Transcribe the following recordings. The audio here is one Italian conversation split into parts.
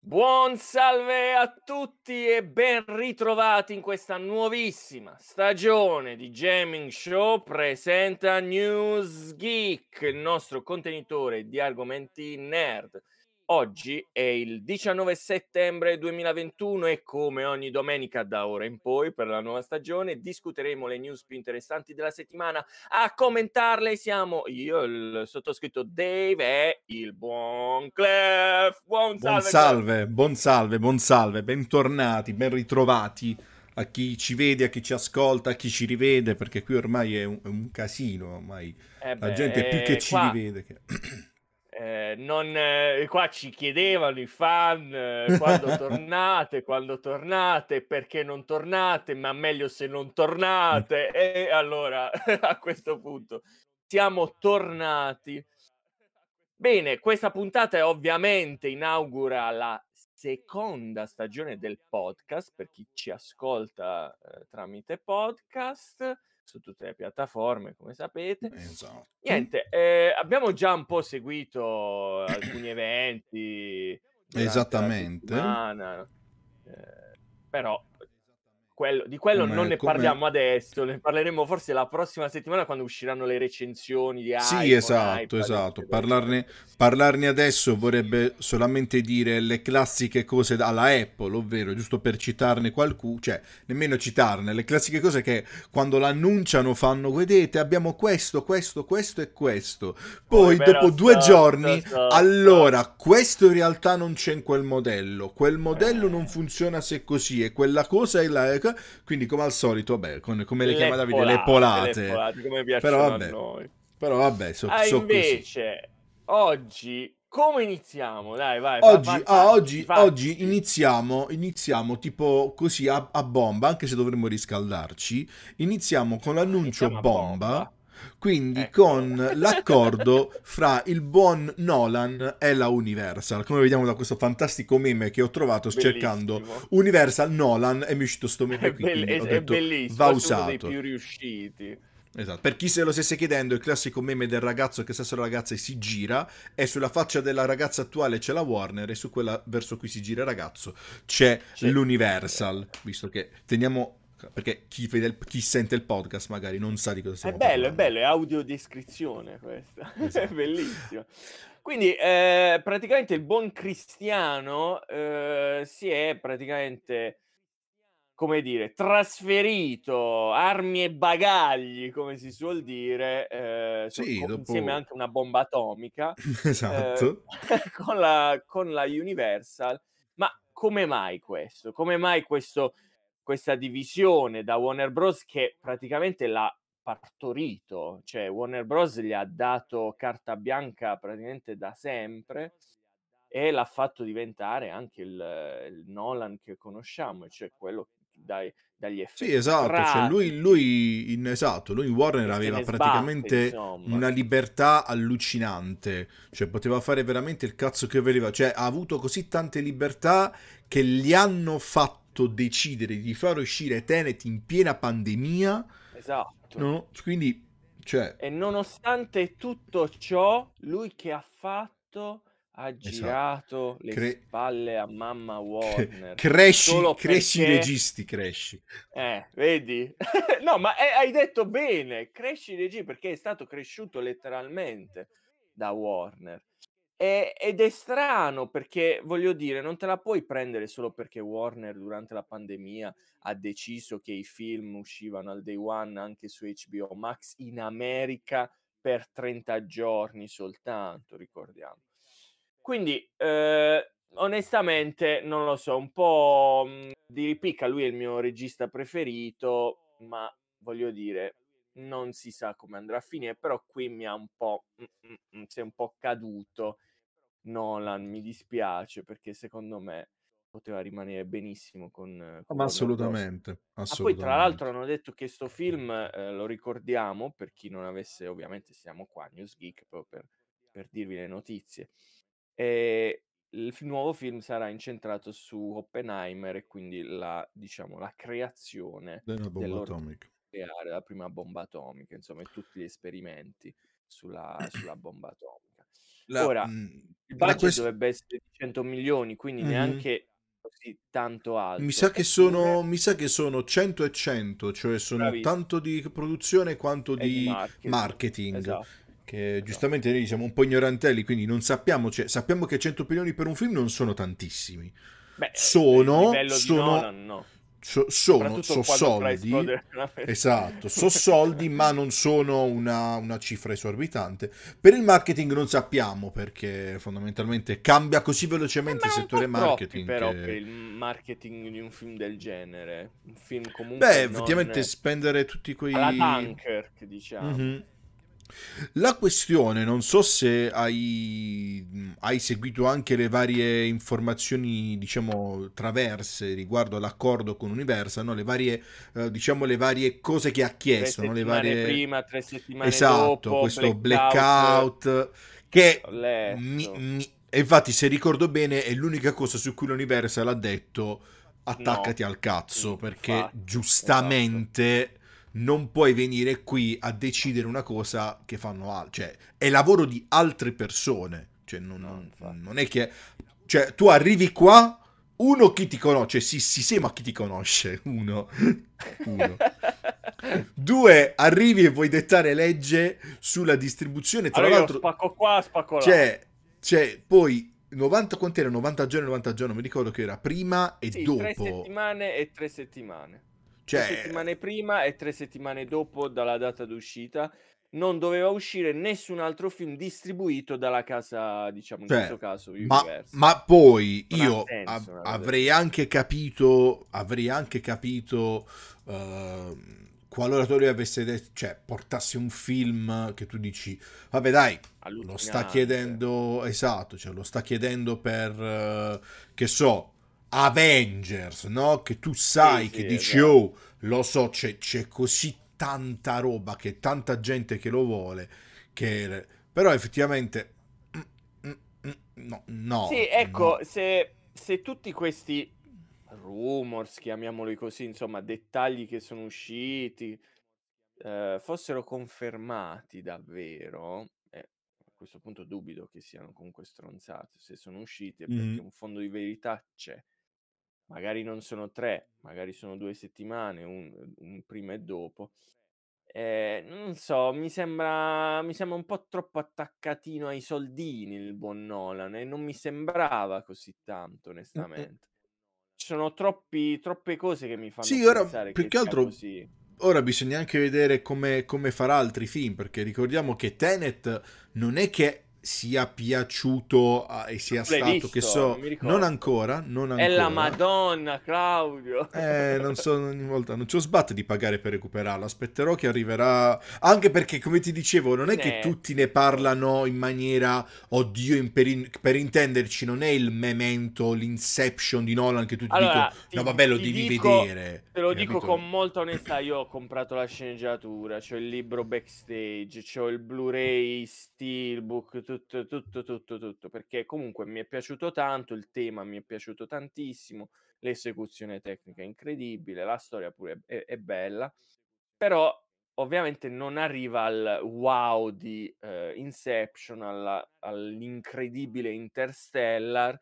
Buon salve a tutti e ben ritrovati in questa nuovissima stagione di Gaming Show presenta News Geek, il nostro contenitore di argomenti nerd. Oggi è il 19 settembre 2021 e come ogni domenica da ora in poi per la nuova stagione discuteremo le news più interessanti della settimana. A commentarle siamo io, il sottoscritto Dave e il buon Clef. Buon salve Clef. Buon salve, bentornati, ben ritrovati a chi ci vede, a chi ci ascolta, a chi ci rivede, perché qui ormai è un casino, ormai la gente più che ci Qua rivede che... non qua ci chiedevano i fan, quando tornate, perché non tornate, ma meglio se non tornate. E allora a questo punto siamo tornati. Bene, questa puntata ovviamente inaugura la seconda stagione del podcast, per chi ci ascolta, tramite podcast, su tutte le piattaforme come sapete. Esatto, Niente, abbiamo già un po' seguito alcuni eventi durante la esattamente, settimana, però di quello non come, ne come... parliamo adesso, ne parleremo forse la prossima settimana quando usciranno le recensioni di Sì, iPhone, esatto, iPad, esatto. eccetera, eccetera. Parlarne adesso vorrebbe solamente dire le classiche cose alla Apple, ovvero, giusto per citarne qualcuno, cioè, nemmeno citarne, le classiche cose che quando l'annunciano fanno, vedete, abbiamo questo, questo, questo e questo. Poi Poi, però dopo 2 giorni, sto. allora, questo in realtà non c'è in quel modello non Eh, funziona se così, e quella cosa è la... Quindi, come al solito, vabbè, come le chiama Davide, le polate. polate come Però piacciono a vabbè, noi. però vabbè, so così. Invece oggi come iniziamo? Dai, vai, Oggi, facci, oggi facci. iniziamo tipo così a bomba, anche se dovremmo riscaldarci. Iniziamo con l'annuncio Iniziamo a bomba, bomba. quindi Eccolo là. con l'accordo fra il buon Nolan e la Universal. Come vediamo da questo fantastico meme che ho trovato cercando Bellissimo. Universal Nolan e mi è uscito sto meme qui, quindi ho È detto va bellissimo, forse uno dei usato. più riusciti. Esatto, per chi se lo stesse chiedendo, il classico meme del ragazzo che sta sulla ragazza e si gira, e sulla faccia della ragazza attuale c'è la Warner, e su quella verso cui si gira il ragazzo c'è C'è l'Universal, visto che teniamo... Perché chi sente il podcast magari non sa di cosa stiamo È parlando. bello, è audiodescrizione questa, è Esatto. bellissimo. Quindi, praticamente il buon Cristiano, si è praticamente, come dire, trasferito armi e bagagli, come si suol dire, su Sì, co insieme dopo... anche a una bomba atomica, ehm, Esatto. con la Universal. Ma come mai questo? Come mai questa divisione da Warner Bros. Che praticamente l'ha partorito, cioè Warner Bros. Gli ha dato carta bianca praticamente da sempre e l'ha fatto diventare anche il Nolan che conosciamo, e cioè quello dagli Sì, effetti esatto, cioè pratici, lui in Warner che se aveva ne sbatte praticamente insomma. una libertà allucinante, cioè poteva fare veramente il cazzo che voleva, cioè ha avuto così tante libertà che gli hanno fatto decidere di far uscire Tenet in piena pandemia, Esatto. no? Quindi, cioè, E nonostante tutto ciò, lui che ha fatto? Ha esatto, girato le Cre- spalle a mamma Warner, cresci, solo cresci perché registi, cresci. vedi? No, ma, hai detto bene, cresci regi perché è stato cresciuto letteralmente da Warner. Ed è strano perché, voglio dire, non te la puoi prendere solo perché Warner durante la pandemia ha deciso che i film uscivano al day one anche su HBO Max in America per 30 giorni soltanto, ricordiamo. Quindi, onestamente non lo so, un po', di ripicca. Lui è il mio regista preferito, ma voglio dire, non si sa come andrà a finire, però qui mi ha un po' sei un po' caduto Nolan, mi dispiace perché secondo me poteva rimanere benissimo con Ma Warner Bros. assolutamente, Ah, poi tra l'altro assolutamente. hanno detto che 'sto film, lo ricordiamo, per chi non avesse, ovviamente siamo qua, News Geek, proprio per dirvi le notizie. Ehm, nuovo film sarà incentrato su Oppenheimer e quindi diciamo, la creazione Della bomba dell'ordigno atomica. nucleare, la prima bomba atomica, insomma, e tutti gli esperimenti sulla bomba atomica. la, Ora, mm, il la budget quest- dovrebbe essere di 100 milioni, quindi Mhm. neanche così tanto Mi sa alto. che Eppure, sono, mi sa che sono 100 e 100, cioè sono bravissimo, tanto di produzione quanto è di di marketing. marketing. Esatto, Che esatto. giustamente noi siamo un po' ignorantelli, quindi non sappiamo, cioè, sappiamo che 100 milioni per un film non sono tantissimi. Beh, il Sono, livello di sono, Nolan no. sono, Soprattutto so quando farà soldi, esplodere una persona. esatto, so soldi, ma non sono una cifra esorbitante. Per il marketing non sappiamo perché fondamentalmente cambia così velocemente il Sembrano un settore po' troppi marketing però per che... il marketing di un film del genere. Un film comunque Beh, non effettivamente spendere tutti alla quei... Dunkirk, diciamo. Mhm. La questione, non so se hai seguito anche le varie informazioni, diciamo, traverse riguardo all'accordo con Universal, no? Le varie, diciamo, le varie cose che ha Tre chiesto, no? Le settimane varie... prima, 3 settimane Esatto, dopo, questo blackout, blackout che... ho letto. E infatti, se ricordo bene, è l'unica cosa su cui l'Universal ha detto No, attaccati al cazzo, perché infatti, esatto. giustamente non puoi venire qui a decidere una cosa che fanno altri, cioè è lavoro di altre persone, cioè No, infatti. non è che, cioè tu arrivi qua, uno chi ti conosce, sì, ma chi ti conosce, uno. Due, arrivi e vuoi dettare legge sulla distribuzione, tra Allora io l'altro, spacco qua, spacco là. c'è, poi 90, quant'era? 90 giorni, 90 giorni, non mi ricordo che era prima e Sì, tre dopo, settimane e 3 settimane. Tre cioè... settimane prima e 3 settimane dopo dalla data d'uscita. Non doveva uscire nessun altro film distribuito dalla casa, diciamo in questo Cioè, caso, ma, Universal. ma poi Non ha io senso una cosa del avrei genere. anche capito, qualora tu lui avesse detto, cioè, portassi un film che tu dici, vabbè dai, lo sta Allucinante. chiedendo, esatto, cioè lo sta chiedendo per, che so, Avengers, no? Che tu Sì, sai che sì, dici, esatto. oh, lo so, c'è così tanta roba, che tanta gente che lo vuole, che... Però effettivamente... No, Sì, no, ecco, no. se tutti questi rumors, chiamiamoli così, insomma, dettagli che sono usciti, fossero confermati davvero, e a questo punto dubito che siano comunque stronzate, se sono usciti è perché Mhm, un fondo di verità c'è. Magari non sono 3, magari sono 2 settimane, un prima e dopo. Non so, mi sembra un po' troppo attaccatino ai soldini il buon Nolan e non mi sembrava così tanto mm, mm. onestamente. Ci sono troppe cose che mi fanno Sì, ora pensare più che che sia altro così. ora bisogna anche vedere come farà altri film, perché ricordiamo che Tenet non è che sia piaciuto e Ma sia tu l'hai stato, che visto? Non so, mi non ricordo. ancora, non È la ancora. Madonna, Claudio. Non so, ogni volta non ci ho sbatto di pagare per recuperarlo. Aspetterò che arriverà. Anche perché, come ti dicevo, non Su è che tutti ne Netflix. parlano in maniera oddio, per intenderci, non è il Memento, l'Inception di Nolan che tutti dicono: Allora, no, ti vabbè, lo ti devi dico vedere. te lo Hai dico capito? con molta onestà, io ho comprato la sceneggiatura, c'ho il libro backstage, c'ho il Blu-ray Steelbook, tutto, perché comunque mi è piaciuto tanto, il tema mi è piaciuto tantissimo, l'esecuzione tecnica è incredibile, la storia pure è bella, però ovviamente non arriva al wow di, Inception, all'incredibile Interstellar,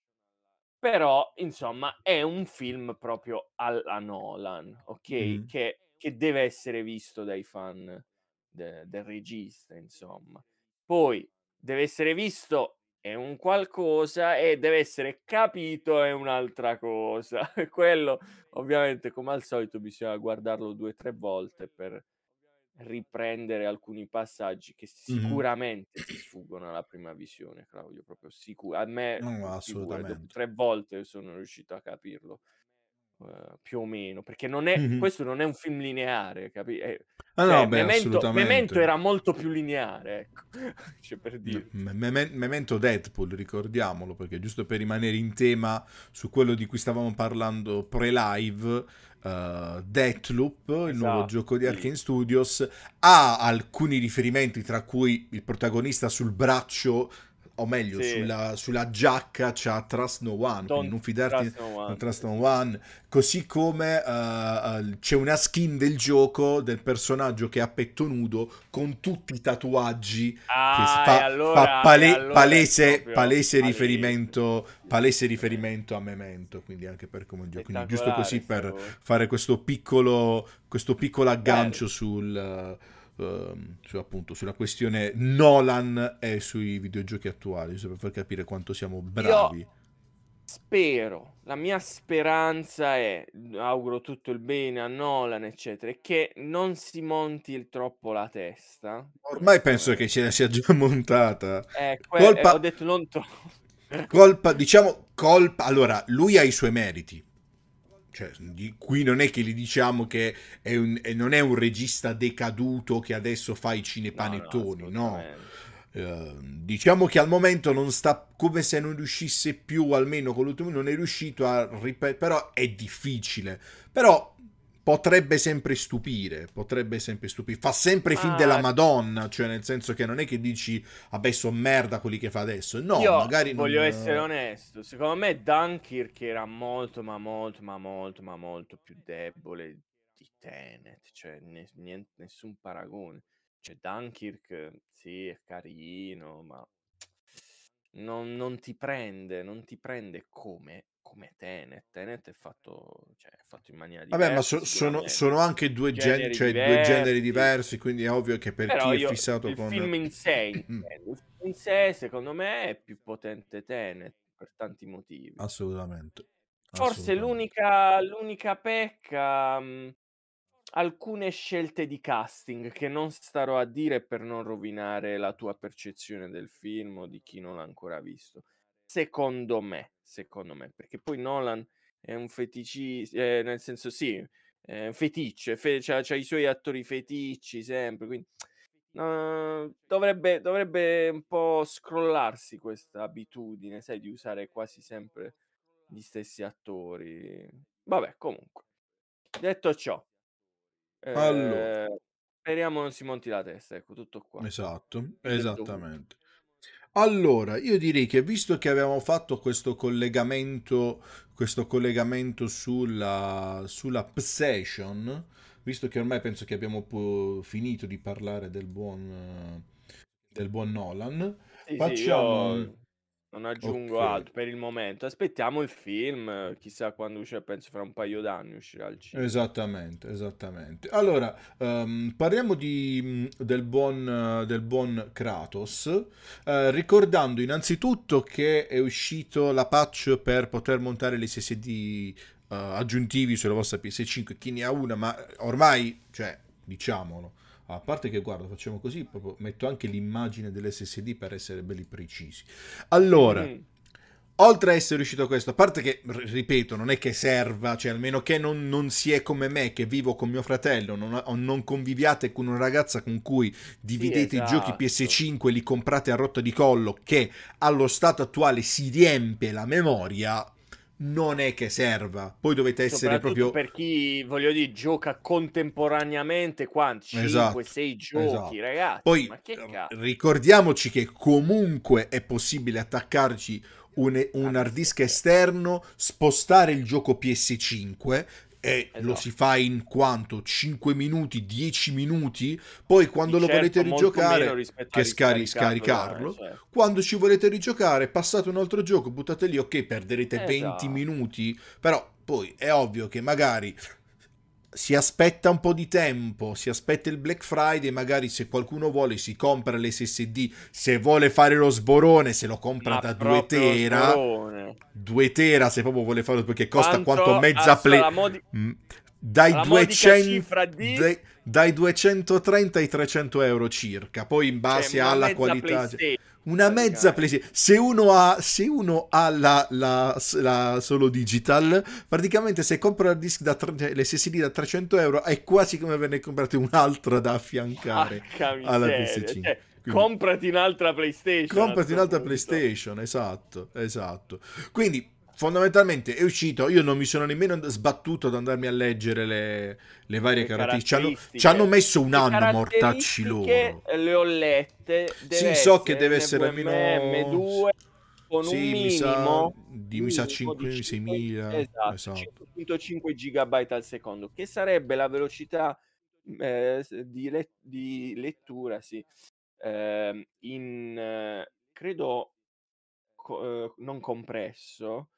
però, insomma, è un film proprio alla Nolan, okay, Mm, che deve essere visto dai fan del regista, insomma. Poi deve essere visto è un qualcosa e deve essere capito è un'altra cosa. E quello ovviamente, come al solito, bisogna guardarlo 2, 3 volte per riprendere alcuni passaggi che mhm. sicuramente ti sfuggono alla prima visione, Claudio, proprio a me, No, figurati, dopo assolutamente. 3 volte sono riuscito a capirlo, più o meno, perché non è Mhm. questo non è un film lineare, Ah, cioè no, beh, Memento assolutamente. era molto più lineare, ecco, cioè per dirti. Memento Deadpool, ricordiamolo, perché giusto per rimanere in tema su quello di cui stavamo parlando pre-live, Deathloop, il nuovo Esatto, gioco di sì. Arkane Studios, ha alcuni riferimenti, tra cui il protagonista sul braccio o meglio, Sì, sulla giacca c'ha Trust No One, quindi Don't non fidarti, Trust No non One. Trust Sì, No sì. One, così come c'è una skin del gioco del personaggio che è a petto nudo con tutti i tatuaggi che Ah, fa e allora è proprio palese. palese Sì, riferimento a Memento, quindi anche per come il gioco. Quindi giusto così spettacolare sta per cosa. fare questo piccolo Bene. aggancio appunto, sulla questione Nolan e sui videogiochi attuali, giusto per far capire quanto siamo Io bravi. spero, la mia speranza è, auguro tutto il bene a Nolan, eccetera, è che non si monti troppo la testa, Ormai penso che onestamente. ce la sia già montata. Ho Colpa, detto non troppo. diciamo, colpa. Allora, lui ha i suoi meriti. Cioè, qui non è che gli diciamo che non è un regista decaduto che adesso fa i No, no, cinepanettoni, no. assolutamente. Diciamo che al momento non sta come se non riuscisse più, almeno con l'ultimo, non è riuscito a ripetere, però è difficile. Però potrebbe sempre stupire. Fa sempre i film della Ma Madonna, cioè nel senso che non è che dici, vabbè, sono merda quelli che fa adesso. No, io magari voglio essere non. onesto, secondo me Dunkirk era molto, ma molto, ma molto, ma molto più debole di Tenet, cioè nessun paragone. Cioè Dunkirk sì, è carino, ma non ti prende come Tenet. Tenet è fatto, cioè, è fatto in maniera Vabbè, ma diversa sono sicuramente, anche generi cioè due generi diversi. diversi, quindi è ovvio che per chi Però è io fissato il con. film in sé intendo. Il film in sé secondo me è più potente Tenet per tanti motivi. Assolutamente, Forse assolutamente. l'unica pecca, alcune scelte di casting che non starò a dire per non rovinare la tua percezione del film o di chi non l'ha ancora visto. Secondo me, perché poi Nolan è un nel senso sì, è un feticcio, c'ha i suoi attori feticci sempre, quindi dovrebbe un po' scrollarsi questa abitudine, sai, di usare quasi sempre gli stessi attori. Vabbè, comunque, detto ciò, Allora, ehm, speriamo non si monti la testa, ecco, tutto qua. esatto, Più del dovuto. esattamente. Allora, io direi che visto che abbiamo fatto questo collegamento sulla Psation, visto che ormai penso che abbiamo finito di parlare del buon Nolan, Sì, sì, facciamo. io non aggiungo Ok. altro per il momento. Aspettiamo il film, chissà quando uscirà, penso fra un paio d'anni uscirà al cinema. Esattamente, esattamente. Allora, parliamo del buon Kratos, ricordando innanzitutto che è uscito la patch per poter montare gli SSD aggiuntivi sulla vostra PS5, chi ne ha una, ma ormai, cioè, diciamolo, a parte che guarda, facciamo così, proprio metto anche l'immagine dell'SSD per essere belli precisi. Allora, oltre a essere riuscito a questo, a parte che, ripeto, non è che serva, cioè almeno che non si è come me, che vivo con mio fratello, o non conviviate con una ragazza con cui Sì, dividete i giochi esatto. PS5 e li comprate a rotta di collo, che allo stato attuale si riempie la memoria, non è che serva. Poi dovete essere Soprattutto proprio. per chi, voglio dire, gioca contemporaneamente quanti? 5, Esatto, 6 giochi, esatto. ragazzi, Poi ma che cazzo? ricordiamoci che comunque è possibile attaccarci un Ah, hard questo è disk vero. esterno, spostare il gioco PS5 e lo si Esatto. fa in quanto? 5 minuti, 10 minuti, poi Di quando lo volete certo molto meno rigiocare, rispetto a che riscaricarlo da scaricarlo, cer quando ci volete rigiocare, passate un altro gioco, buttate lì, ok, perderete 20 esatto. minuti, però poi è ovvio che magari si aspetta un po' di tempo, si aspetta il Black Friday, magari se qualcuno vuole si compra l'SSD, se vuole fare lo sborone se lo compra Ma da 2 proprio lo tera, sborone. 2 tera se proprio vuole farlo perché costa quanto Quanto mezza play, mm, dai alla modica 200 cifra di dai 230 ai 300 euro circa, poi in cioè base una alla mezza qualità. PlayStation Una mezza praticamente. PlayStation. Se uno ha la solo digital, praticamente se compra il disc l'SSD da 300 euro è quasi come averne comprate un'altra da affiancare Porca alla miseria, PS5. cioè Quindi comprati un'altra PlayStation a comprati 'sto un'altra punto. PlayStation, esatto, esatto. Quindi fondamentalmente è uscito, io non mi sono nemmeno sbattuto ad andarmi a leggere le varie Le caratteristiche. Ci hanno caratteristiche. messo un Le anno, mortacci caratteristiche loro. le ho lette, Sì, deve so che essere deve essere NVMe almeno... M2 con un Sì, mi sa minimo di 5, 5, 6.000, esatto, esatto. 5.5 GB al secondo, che sarebbe la velocità di lettura, sì, credo non compresso,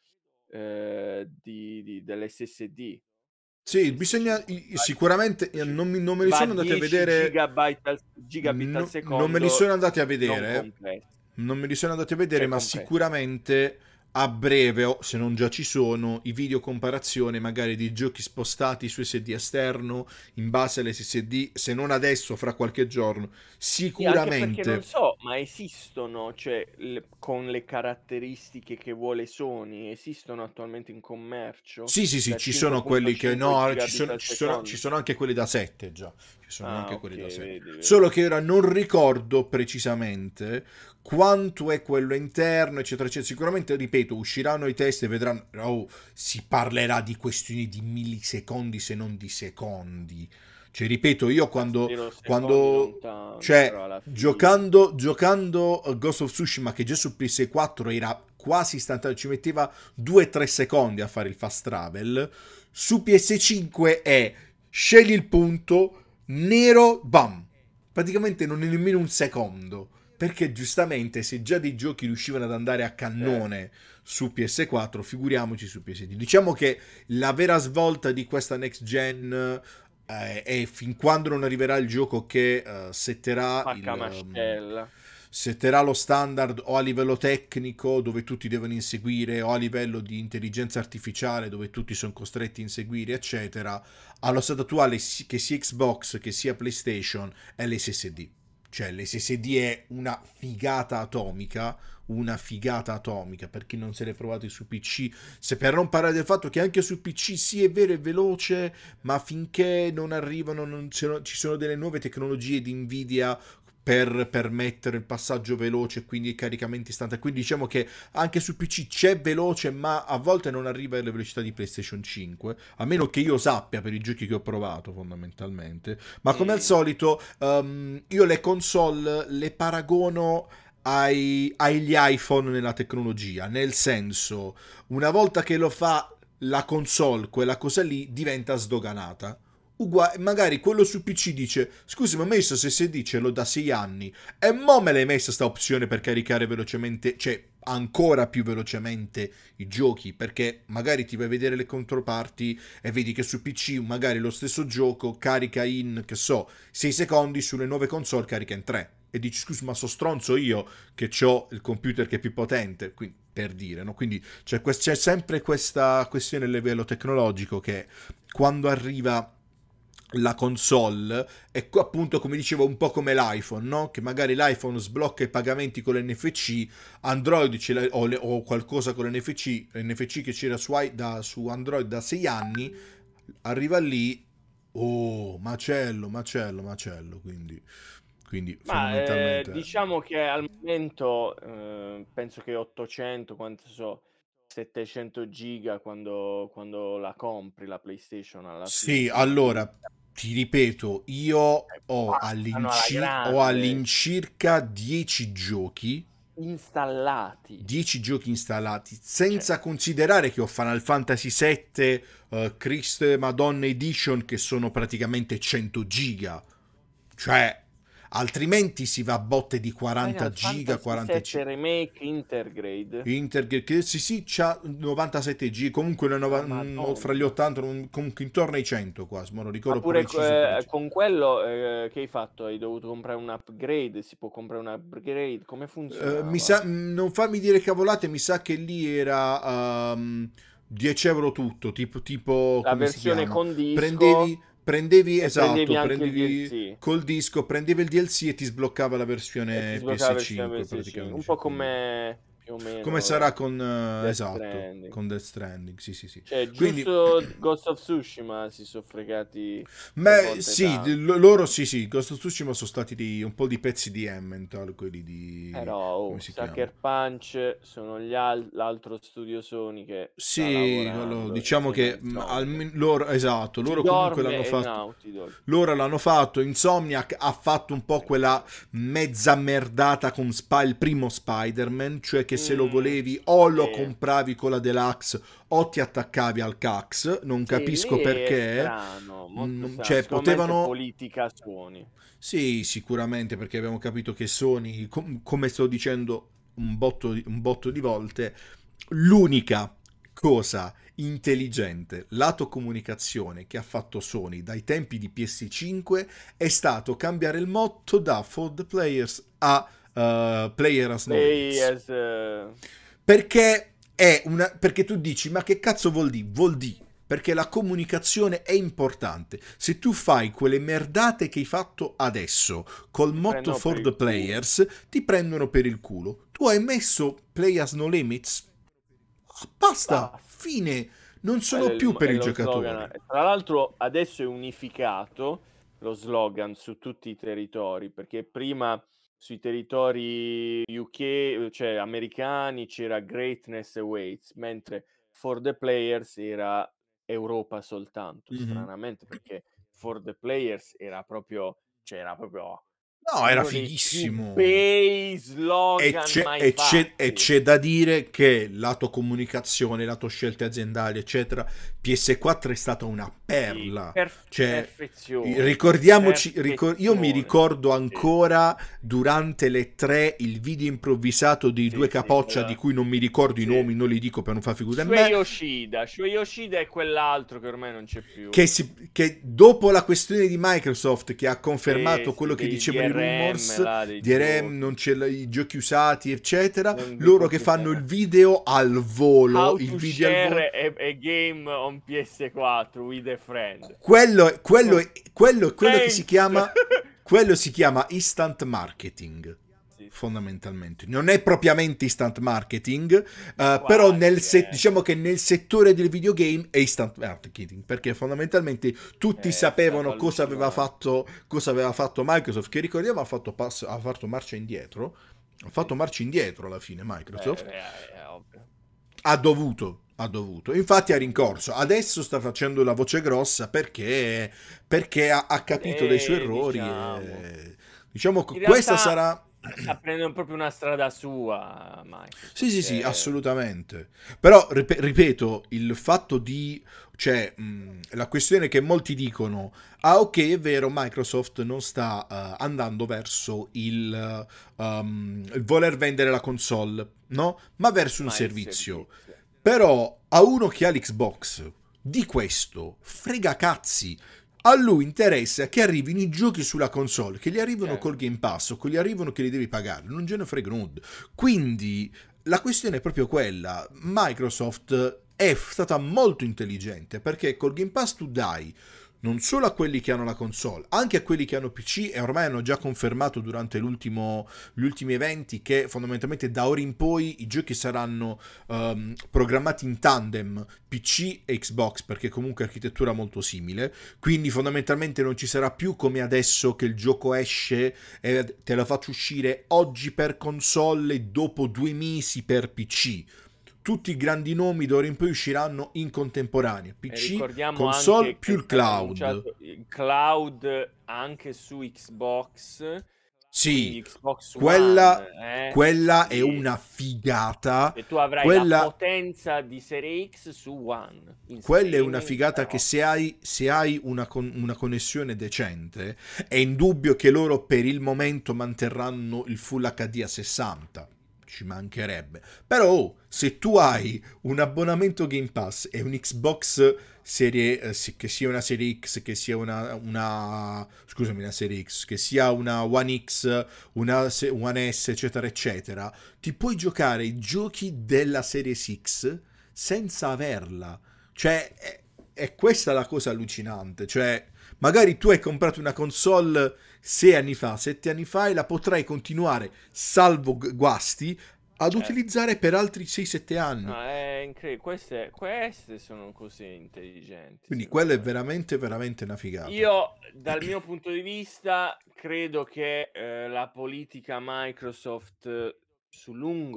dell'SSD. Sì, bisogna sicuramente 255, non me li va a sono andati a 10 vedere, gigabit al non me li secondo sono andati a non vedere, compressi, non me li sono andati a vedere, cioè ma compressi. sicuramente a breve, o se non già ci sono, i video comparazione magari di giochi spostati su SSD esterno in base all'SSD, se non adesso, fra qualche giorno, Sì, anche perché non sicuramente. so, ma esistono, cioè, con le caratteristiche che vuole Sony, esistono attualmente in commercio Sì, sì, sì, da ci sono quelli che 5.5 no, gigabit al ci secondo? sono anche quelli da 7 già, ci sono Ah, anche ok, quelli da 7. vedi, vedi. Solo che ora non ricordo precisamente quanto è quello interno, eccetera, eccetera. Sicuramente, ripeto, usciranno i test e vedranno, oh, si parlerà di questioni di millisecondi se non di secondi. Cioè, ripeto, io Ma quando, spero secondi non quando tanto, cioè, però alla fine. giocando a Ghost of Tsushima, che già su PS4 era quasi istantaneo, ci metteva 2-3 secondi a fare il fast travel, su PS5 è scegli il punto, nero, bam. Praticamente non è nemmeno un secondo. Perché giustamente se già dei giochi riuscivano ad andare a Eh, cannone su PS4, figuriamoci su PS5. Diciamo che la vera svolta di questa next gen è fin quando non arriverà il gioco che Spacca mascella. setterà lo standard o a livello tecnico dove tutti devono inseguire o a livello di intelligenza artificiale dove tutti sono costretti a inseguire eccetera. Allo stato attuale che sia Xbox che sia PlayStation è l'SSD, cioè l'SSD è una figata atomica per chi non se l'è provato su PC. Se per non parlare del fatto che anche su PC sì è vero è veloce, ma finché non arrivano, ci sono delle nuove tecnologie di Nvidia per permettere il passaggio veloce e quindi i caricamenti istantanei. Quindi diciamo che anche su PC c'è veloce, ma a volte non arriva alle velocità di PlayStation 5, a meno che io sappia per i giochi che ho provato fondamentalmente. Ma come al Mm. solito, io le console le paragono agli iPhone nella tecnologia, nel senso, una volta che lo fa la console, quella cosa lì diventa sdoganata. Magari quello su PC dice scusi ma ho messo SSD ce l'ho da 6 anni e mo me l'hai messa sta opzione per caricare velocemente, cioè ancora più velocemente i giochi, perché magari ti vai a vedere le controparti e vedi che su PC magari lo stesso gioco carica in, che so, 6 secondi, sulle nuove console carica in 3 e dici scusa ma so stronzo io che ho il computer che è più potente, quindi, per dire, no? Quindi c'è sempre questa questione a livello tecnologico che quando arriva la console è appunto come dicevo un po' come l'iPhone, no? Che magari l'iPhone sblocca i pagamenti con l'NFC, Android o qualcosa con l'NFC che c'era su Android da 6 anni, arriva lì, oh, macello, macello, macello, quindi Ma fondamentalmente. diciamo che al momento penso che 800, quanto so, 700 giga quando la compri la PlayStation alla fine Sì, sono allora finita. ti ripeto, io Bastano alla ho grande, all'incirca 10 giochi installati. 10 giochi installati, Cioè, senza considerare che ho Final Fantasy VII Christ Madonna Edition che sono praticamente 100 giga, cioè altrimenti si va a botte di 40 Final giga, Fantasy 45. VII Remake Intergrade. Che sì sì c'ha 97 G, comunque La fra gli Madonna. 80 comunque intorno ai 100 quasi, ma non Ma ricordo pure preciso preciso. con quello che hai fatto? Hai dovuto comprare un upgrade? Si può comprare un upgrade? Come Mi funzionava? sa, non farmi dire cavolate, mi sa che lì era 10 euro tutto, tipo, La come si versione chiama? con disco e prendevi Esatto, anche il prendevi DLC col disco, prendevi il DLC e ti sbloccava la e ti versione sbloccava la versione PS5 PS5. Un praticamente, po' quindi. come più o Come sarà meno con Death esatto, Stranding. con Death Stranding, sì, sì, sì. Cioè, Quindi giusto Ghost of Tsushima si sono fregati 3 beh, volte sì, tanto. loro sì, sì, Ghost of Tsushima sono stati un po' di pezzi di Emmental, quelli di... Però, come si chiama? Sucker Punch sono l'altro studio Sony che sta Sì, lavorando diciamo insieme a che Insomniac. loro, esatto, Chi loro comunque dorme l'hanno è fatto. Naughty Dog. Loro l'hanno fatto, Insomniac ha fatto un po' quella mezza merdata con il primo Spider-Man, cioè che se lo volevi o lo Sì. compravi con la Deluxe o ti attaccavi al CAX, non Sì, capisco lì è perché. strano, molto strano. Cioè, Sicuramente potevano. politica Sony. Sì, sicuramente, perché abbiamo capito che Sony, come sto dicendo un botto di volte, l'unica cosa intelligente, lato comunicazione, che ha fatto Sony dai tempi di PS5 è stato cambiare il motto da For the Players a Player has no Lei limits. as, Perché tu dici, ma che cazzo vuol dire? Vuol dire perché la comunicazione è importante. Se tu fai quelle merdate che hai fatto adesso col ti motto prendono per for the il culo. players, ti prendono per il culo. Tu hai messo Players No Limits, basta, Basta. fine. Non Quello sono più per è i lo slogan. giocatori. E tra l'altro adesso è unificato lo slogan su tutti i territori, perché prima sui territori UK, cioè americani, c'era Greatness Awaits, mentre For the Players era Europa soltanto, Mhm. stranamente, perché For the Players era proprio, cioè era proprio No, era uno dei più fighissimo. bei slogan mai E fatti. c'è da dire che lato comunicazione, lato scelte aziendali, eccetera, PS4 è stata una Sì, perla. Cioè, perfezione, ricordiamoci, io mi perfezione. ricordo Sì, ancora durante le 3 il video improvvisato dei due sì, sì, capoccia di cui non mi ricordo i sì. nomi, non li dico per non far figura a me, Shuei Yoshida è quell'altro che ormai non c'è più. che dopo la questione di Microsoft che ha Sì, confermato quello sì, che dei dicevano i DRM rumors, là, dei DRM, non giochi. c'è i giochi usati, eccetera, Non vi loro che fanno il computerà. video al volo, How il to video al volo, share a game on PS4 with a friend. quello è quello che si Thanks! chiama, quello si chiama instant marketing. Sì, sì, sì. Fondamentalmente non è propriamente instant marketing, Ma però quasi, diciamo che nel settore del videogame è instant marketing, perché fondamentalmente tutti È stato sapevano allucinante. cosa aveva fatto Microsoft, che ricordiamo ha fatto marcia indietro, ha Sì, fatto sì. marcia indietro alla fine Beh, Microsoft, è ovvio. ha dovuto, infatti ha Dovuto. rincorso, adesso sta facendo la voce grossa perché ha capito dei suoi E errori diciamo, e diciamo che in questa realtà sarà. sta prendendo proprio una strada sua Sì, Microsoft, sì, sì, che assolutamente. Però, ripeto, il fatto di. Cioè, la questione che molti dicono, ah ok, è vero, Microsoft non sta andando verso il voler vendere la console, no? Ma verso un ma il servizio. servizio. Però, a uno che ha l'Xbox, di questo, frega cazzi. A lui interessa che arrivino i giochi sulla console, che gli arrivano col Certo. Game Pass o che gli arrivano che li devi pagare, non gliene frega nulla. Quindi la questione è proprio quella. Microsoft è stata molto intelligente perché col Game Pass tu dai non solo a quelli che hanno la console, anche a quelli che hanno PC e ormai hanno già confermato durante gli ultimi eventi che fondamentalmente da ora in poi i giochi saranno programmati in tandem PC e Xbox perché comunque architettura molto simile, quindi fondamentalmente non ci sarà più come adesso che il gioco esce e te lo faccio uscire oggi per console e dopo 2 mesi per PC. Tutti i grandi nomi d'ora in poi usciranno in contemporanea. E PC, ricordiamo console anche che più è il stato cloud. annunciato il cloud anche su Xbox, Sì, quindi Xbox One, quella, quella è lì. una figata. E tu avrai la Quella, potenza di Serie X su One in quella è una streaming, figata che però se hai una connessione decente, è indubbio che loro per il momento manterranno il Full HD a 60. Ci mancherebbe. Però se tu hai un abbonamento Game Pass e un Xbox serie, che sia una serie X, che sia scusami, una serie X, che sia una One X, One S, eccetera, eccetera, ti puoi giocare i giochi della Series X senza averla. Cioè, è questa la cosa allucinante. Cioè, magari tu hai comprato una console 6 anni fa, 7 anni fa e la potrai continuare, salvo guasti, ad certo. utilizzare per altri 6-7 anni. No, è incredibile. Queste sono così intelligenti, Quindi quello secondo è me. veramente, veramente una figata. Io, dal mio punto di vista, credo che la politica Microsoft su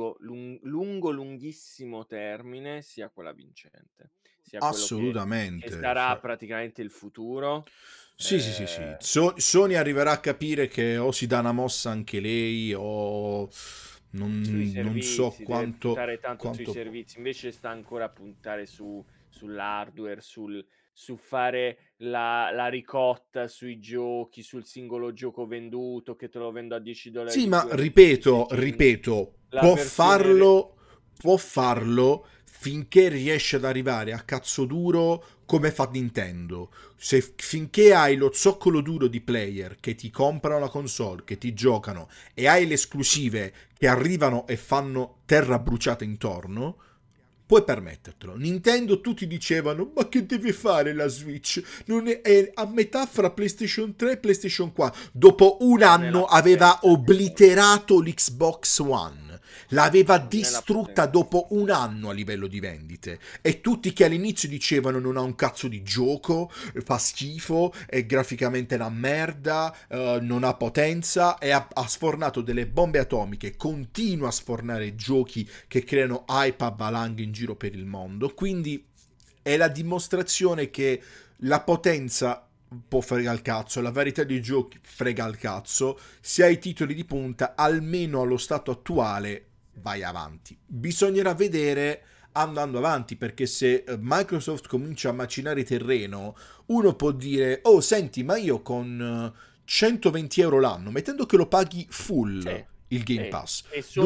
lunghissimo termine sia quella vincente, sia quello che Assolutamente. sarà Cioè, praticamente il futuro. sì, sì, sì, sì. Eh, Sony arriverà a capire che o si dà una mossa anche lei o Sui non so servizi, deve puntare tanto sui quanto... servizi, invece sta ancora a puntare sull'hardware, su fare la ricotta sui giochi, sul singolo gioco venduto, che te lo vendo a $10 Sì, di ma più, a ripeto, 16 la versione può farlo finché riesce ad arrivare a cazzo duro come fa Nintendo. Finché hai lo zoccolo duro di player che ti comprano la console, che ti giocano e hai le esclusive che arrivano e fanno terra bruciata intorno, puoi permettertelo. Nintendo tutti dicevano, ma che deve fare la Switch? Non è a metà fra PlayStation 3 e PlayStation 4. Dopo un non è la anno aveva potenza che vuole, obliterato l'Xbox One. L'aveva non è la distrutta potenza che dopo vuole. un anno a livello di vendite. E tutti che all'inizio dicevano non ha un cazzo di gioco, fa schifo, è graficamente una merda, non ha potenza, e ha sfornato delle bombe atomiche, continua a sfornare giochi che creano hype a valanghe in giro per il mondo. Quindi è la dimostrazione che la potenza può frega il cazzo, la varietà dei giochi frega il cazzo, se hai titoli di punta, almeno allo stato attuale, vai avanti. Bisognerà vedere andando avanti, perché se Microsoft comincia a macinare terreno, uno può dire, oh senti, ma io con 120 euro l'anno, mettendo che lo paghi full Sì, il Game sì, Pass,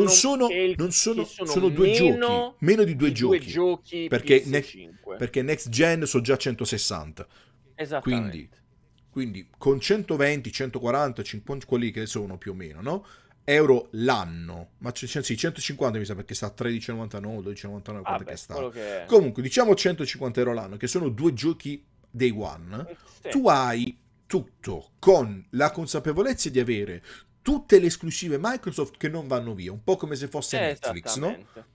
che sono sono due giochi, meno meno di due di 2 giochi, giochi perché, PS5. perché Next Gen sono già 160, quindi, Esattamente. quindi con 120, 140, 50, quelli che sono più o meno, no? Euro l'anno, ma sì, 150 mi sa perché sta a 13,99, 12,99, quanto che Vabbè, sta. quello che è. Comunque, diciamo 150 euro l'anno, che sono due giochi day one, Sì, tu hai tutto con la consapevolezza di avere tutte le esclusive Microsoft che non vanno via, un po' come se fosse Netflix, no? esattamente.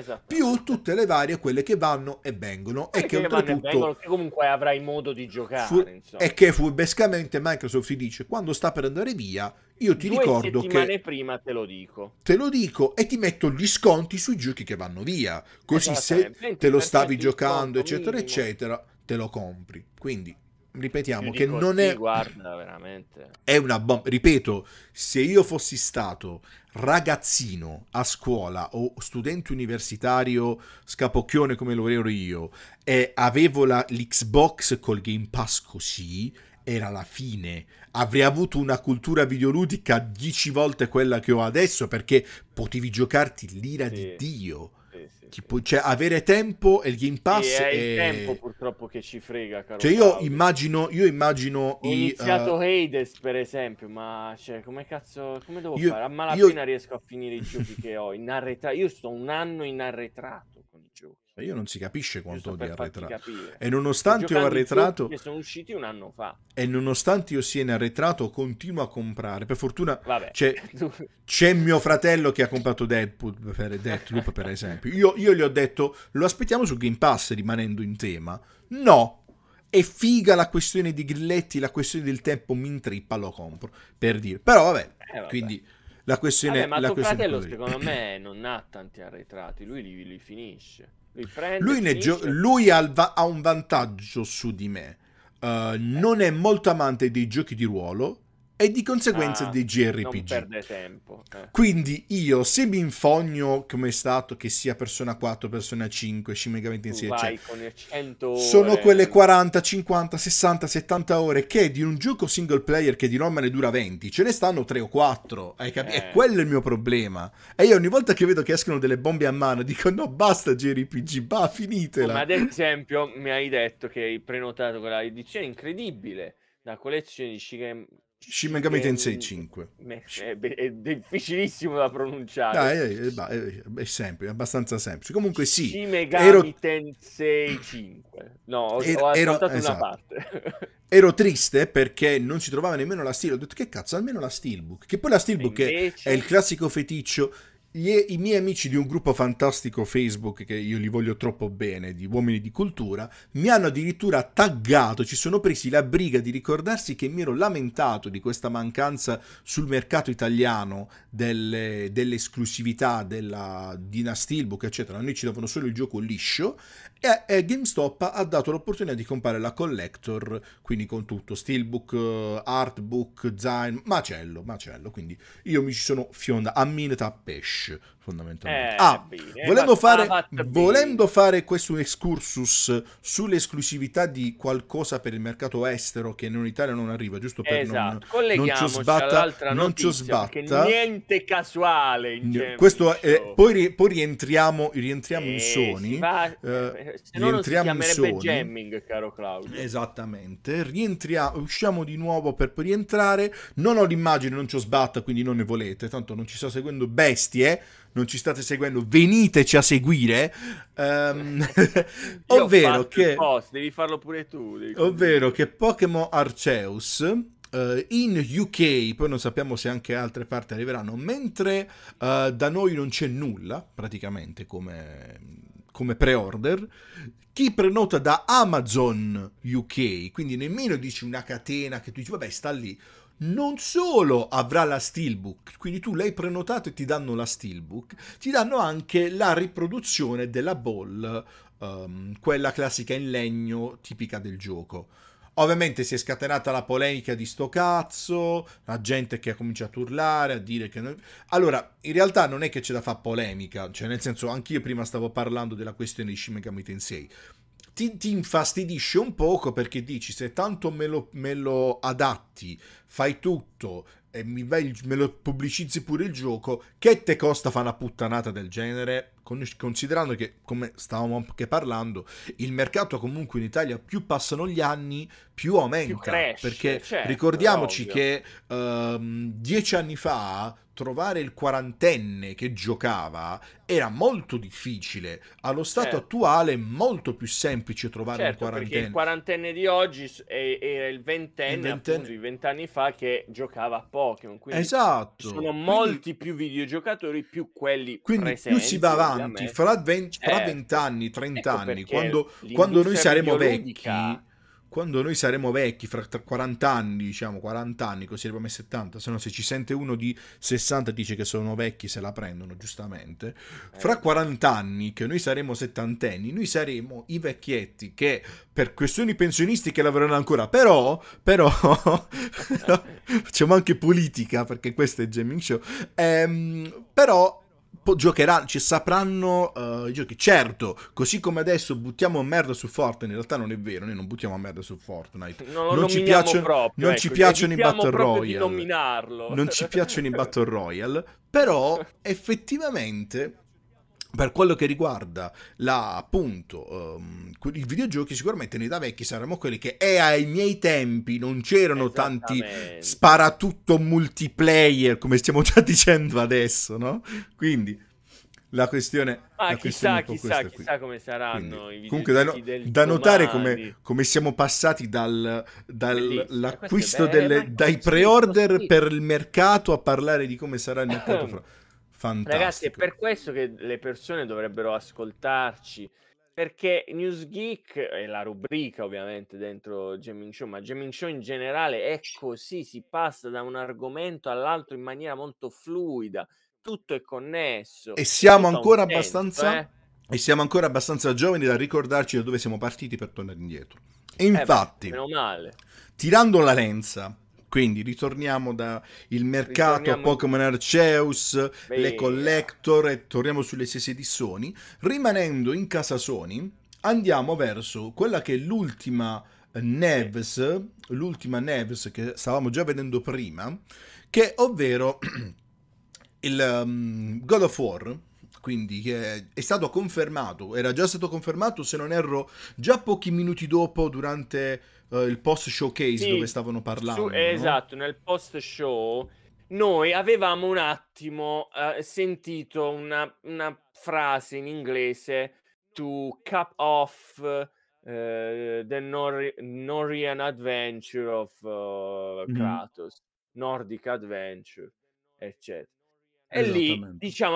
Più Esattamente. tutte le varie, quelle che vanno e vengono, e Quelli che che vanno e oltretutto vengono, che comunque avrai modo di giocare, e insomma. che furbescamente Microsoft si dice quando sta per andare via, io ti 2 ricordo che settimane prima te lo dico. te lo dico e ti metto gli sconti sui giochi che vanno via, così se Esattamente, te lo stavi 20% di giocando sconto eccetera minimo. eccetera te lo compri. Quindi Più ripetiamo di che non così, è guarda, veramente. è una bomba. Ripeto, se io fossi stato ragazzino a scuola o studente universitario scapocchione come lo ero io e avevo l'Xbox col Game Pass così, era la fine. Avrei avuto una cultura videoludica 10 volte quella che ho adesso, perché potevi giocarti l'ira di Sì, Dio. sì, sì, sì, Tipo, sì. cioè, avere tempo e il Game Sì, Pass è il tempo è... purtroppo che ci frega, caro Cioè, Claudio. io immagino Ho iniziato Hades, per esempio, ma cioè, come cazzo, come devo io, fare? A io malapena riesco a finire i giochi che ho in arretrato. Io sto un anno in arretrato con i giochi, io non si capisce quanto giusto ho di per farti arretrato. capire. E Sto nonostante ho giocando i giochi arretrato, che sono usciti un anno fa. e nonostante io sia in arretrato, continuo a comprare. Per fortuna Vabbè, c'è mio fratello che ha comprato Deathloop, per esempio. Io gli ho detto, lo aspettiamo su Game Pass rimanendo in tema. No! È figa la questione di grilletti, la questione del tempo mi intrippa, lo compro. Per dire. Però vabbè, vabbè. quindi la Vabbè, questione, ma la tuo questione è fratello quella lì. secondo me non ha tanti arretrati, lui li finisce. Lui prende, finisce. Lui ha un vantaggio su di me. Non è molto amante dei giochi di ruolo e di conseguenza Ah, dei non JRPG. perde tempo. Quindi io, se mi infogno come è stato, che sia Persona 4, Persona 5, Shin Megami Tu Tensei, vai eccetera, con le 100 sono quelle ore. 40, 50, 60, 70 ore che di un gioco single player che di norma ne dura 20, ce ne stanno 3 o 4, E quello è il mio problema. E io ogni volta che vedo che escono delle bombe a mano dico no, basta JRPG, Come finitela. ad esempio mi hai detto che hai prenotato quella edizione incredibile, la collezione di Shin Megami Tensei 5. È difficilissimo da pronunciare. Dai, è semplice, è abbastanza semplice. Comunque sì, Shin ero, Megami Tensei 5. No, ho saltato una esatto. parte. Ero triste perché non si trovava nemmeno la Steelbook. Ho detto che cazzo, almeno la Steelbook. Che poi la E Steelbook è il invece classico feticcio. I miei amici di un gruppo fantastico Facebook, che io li voglio troppo bene, di uomini di cultura, mi hanno addirittura taggato, ci sono presi la briga di ricordarsi che mi ero lamentato di questa mancanza sul mercato italiano delle esclusività della Dina Steelbook, eccetera. Noi ci davano solo il gioco liscio e GameStop ha dato l'opportunità di comprare la collector, quindi con tutto, Steelbook, Artbook, Zain, macello, quindi io mi ci sono fionda a mineta a pesce, fondamentalmente. Bene, fatta Volendo bene. fare questo excursus sull'esclusività di qualcosa per il mercato estero che in Italia non arriva, giusto per Esatto, non ci colleghiamoci sbatta, all'altra non ci notizia, perché sbatta. niente casuale in Gaming Questo è, Show. poi rientriamo in Si Sony. va, se no non si Rientriamo in chiamerebbe Sony. jamming, caro Claudio. Esattamente, usciamo di nuovo per poi rientrare. Non ho l'immagine, non ci ho sbatta, quindi non ne volete. Tanto non ci sta seguendo bestie, non ci state seguendo, veniteci a seguire. Ehm, Io ho ovvero fatto il che, post, devi farlo pure tu, devi ovvero condividere. che Pokémon Arceus in UK, poi non sappiamo se anche altre parti arriveranno, mentre da noi non c'è nulla praticamente come pre-order. Chi prenota da Amazon UK, quindi nemmeno dici una catena che tu dici vabbè sta lì, non solo avrà la Steelbook, quindi tu l'hai prenotato e ti danno la Steelbook, ti danno anche la riproduzione della ball, quella classica in legno tipica del gioco. Ovviamente si è scatenata la polemica di sto cazzo, la gente che ha cominciato a urlare, a dire che... Allora, in realtà non è che c'è da fare polemica, cioè nel senso, anch'io prima stavo parlando della questione di Shin Megami Tensei. Ti infastidisce un poco perché dici, se tanto me lo adatti, fai tutto e me lo pubblicizzi pure il gioco, che te costa fare una puttanata del genere? Considerando che, come stavamo anche parlando, il mercato comunque in Italia più passano gli anni più Più aumenta, cresce, perché certo, è ricordiamoci ovvio. che 10 anni fa trovare il quarantenne che giocava era molto difficile. Allo stato Certo. attuale è molto più semplice trovare un Certo, perché il quarantenne. quarantenne di oggi era il Il ventenne, appunto, ventenne... di 20 anni fa che giocava a Pokémon. Quindi ci sono Esatto, molti più videogiocatori, più quelli quindi più si va presenti, avanti, ovviamente. fra Certo. 20 anni, 30 Ecco anni, perché quando noi l'industria saremo videoludica. vecchi, fra 40 anni, diciamo 40 anni, così arriviamo ai 70, se no se ci sente uno di 60 dice che sono vecchi, se la prendono, giustamente. Fra Beh. 40 anni, che noi saremo settantenni, noi saremo i vecchietti che per questioni pensionistiche lavoreranno ancora, però facciamo anche politica, perché questo è Gaming Show. Però giocheranno, ci sapranno i giochi. Certo, così come adesso buttiamo merda su Fortnite, in realtà non è vero, noi non buttiamo merda su Fortnite. Non lo nominiamo proprio, Non ci ecco, piacciono i evitiamo Battle proprio di Royale. nominarlo. Non ci piacciono i Battle Royale, però effettivamente per quello che riguarda appunto i videogiochi, sicuramente noi da vecchi saremmo quelli che ai miei tempi non c'erano tanti Esattamente. sparatutto multiplayer come stiamo già dicendo adesso, no? Quindi Ma la questione è un chissà, po' chissà, questa qui. chissà come Quindi, saranno i comunque videogiochi del da notare domani. come siamo passati Bellissimo, e questo è dall'acquisto ma dai così, pre-order così. per il mercato a parlare di come sarà il mercato Ragazzi, è fantastico. per questo che le persone dovrebbero ascoltarci, perché Newsgeek è la rubrica ovviamente dentro Gaming Show, ma Gaming Show in generale è così, si passa da un argomento all'altro in maniera molto fluida, tutto è connesso, E tutto siamo ha un ancora senso, abbastanza eh? e siamo ancora abbastanza giovani da ricordarci da dove siamo partiti per tornare indietro. E Beh, infatti, meno male. tirando la lenza, quindi ritorniamo dal mercato Ritorniamo in Pokémon Arceus, le via. collector e torniamo sulle stesse di Sony, rimanendo in casa Sony, andiamo verso quella che è Sì. L'ultima Neves che stavamo già vedendo prima, che ovvero il God of War, quindi che è stato confermato, era già stato confermato se non erro già pochi minuti dopo durante il post showcase dove Sì, stavano parlando, no? esatto, nel post show noi avevamo un attimo, sentito una frase in inglese to cap off, the Norrien adventure of, Mhm. Kratos, Nordic adventure, ecce E lì, Esattamente. diciamo,